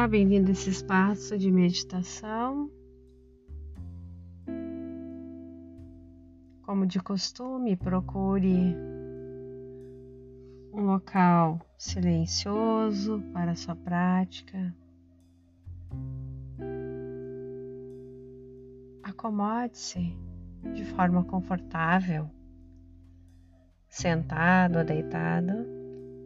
bem-vindo a esse espaço de meditação. Como de costume, procure um local silencioso para a sua prática. Acomode-se de forma confortável, sentado ou deitado.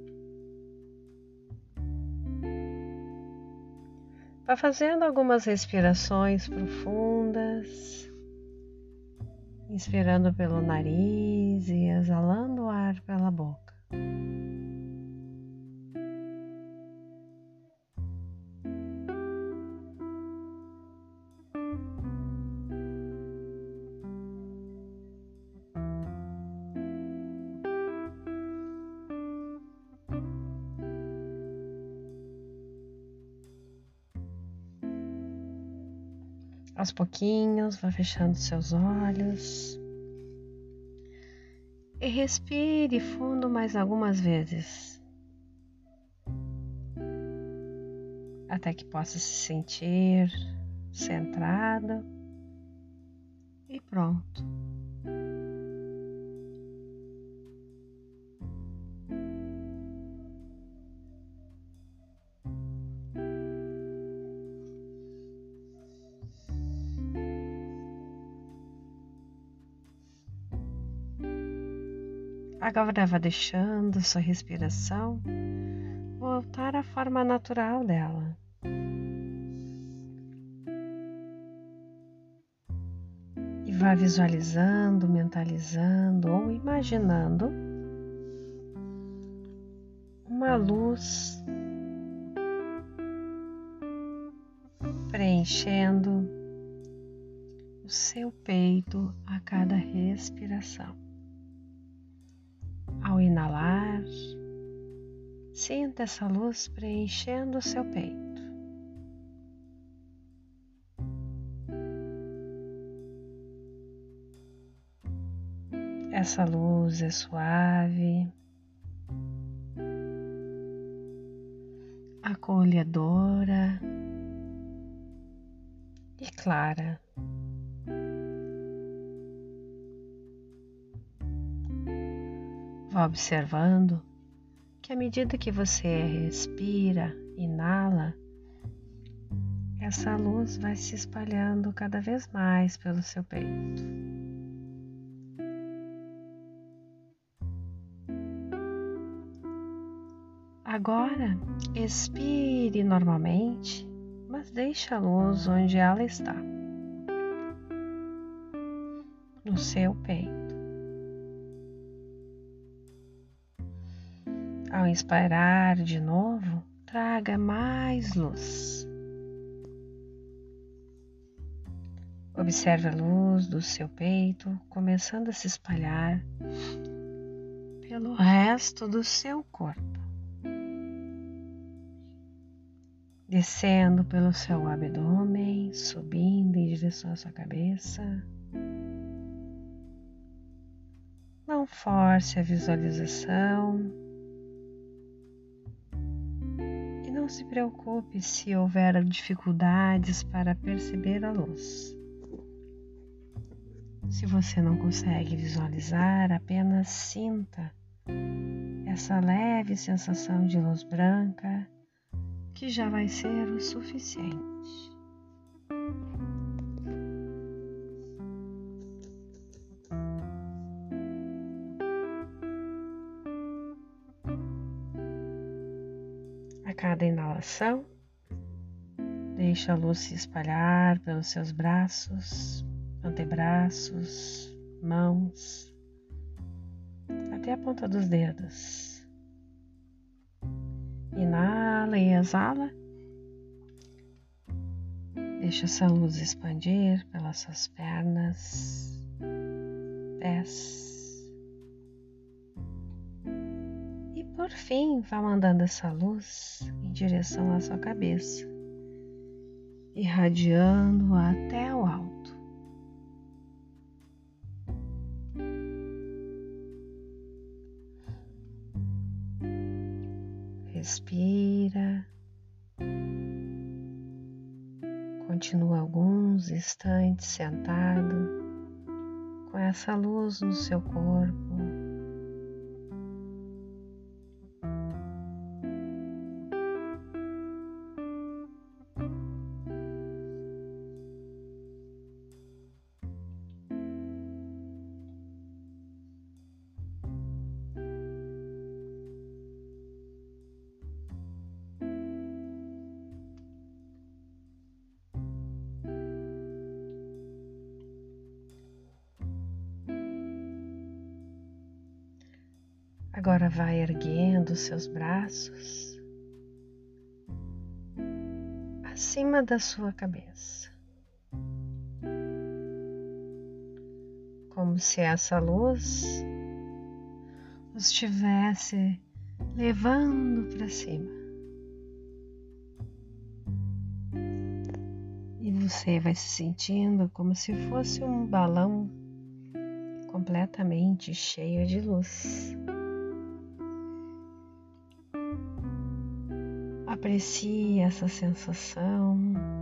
Vá fazendo algumas respirações profundas, inspirando pelo nariz e exalando o ar pela boca. Aos pouquinhos, vá fechando seus olhos e respire fundo mais algumas vezes, até que possa se sentir centrado e pronto. Agora vá deixando sua respiração voltar à forma natural dela. E vá visualizando, mentalizando ou imaginando uma luz preenchendo o seu peito a cada respiração. Ao inalar, sinta essa luz preenchendo o seu peito. Essa luz é suave, acolhedora e clara. Vá observando que à medida que você respira, inala, essa luz vai se espalhando cada vez mais pelo seu peito. Agora, expire normalmente, mas deixe a luz onde ela está, no seu peito. Ao inspirar de novo, traga mais luz. Observe a luz do seu peito começando a se espalhar pelo resto do seu corpo, descendo pelo seu abdômen, subindo em direção à sua cabeça. Não force a visualização. Não se preocupe se houver dificuldades para perceber a luz. Se você não consegue visualizar, apenas sinta essa leve sensação de luz branca, que já vai ser o suficiente. A cada inalação, deixe a luz se espalhar pelos seus braços, antebraços, mãos, até a ponta dos dedos. Inala e exala. Deixe essa luz expandir pelas suas pernas, pés. Por fim, vá mandando essa luz em direção à sua cabeça, irradiando até o alto. Respira Continua alguns instantes sentado com essa luz no seu corpo. Agora vai erguendo seus braços acima da sua cabeça, como se essa luz os estivesse levando para cima. E você vai se sentindo como se fosse um balão completamente cheio de luz. Aprecie essa sensação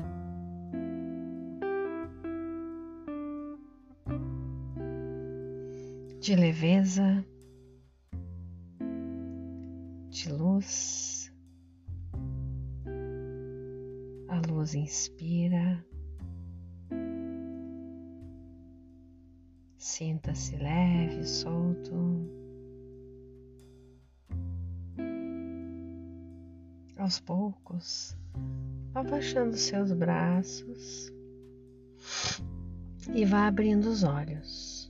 de leveza, de luz. A luz inspira, sinta-se leve, solto. Aos poucos, vá baixando seus braços e vá abrindo os olhos.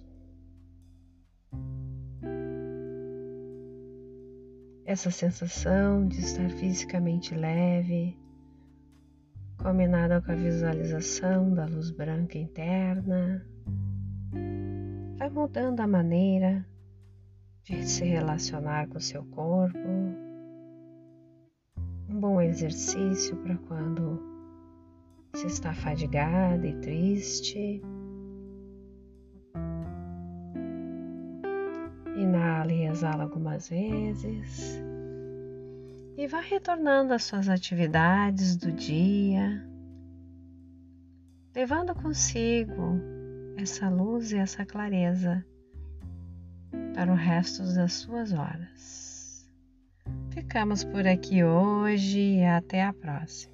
Essa sensação de estar fisicamente leve, combinada com a visualização da luz branca interna, vai mudando a maneira de se relacionar com o seu corpo. Um bom exercício para quando se está fadigada e triste. Inala e exala algumas vezes e vá retornando às suas atividades do dia, levando consigo essa luz e essa clareza para o resto das suas horas. Ficamos por aqui hoje e até a próxima.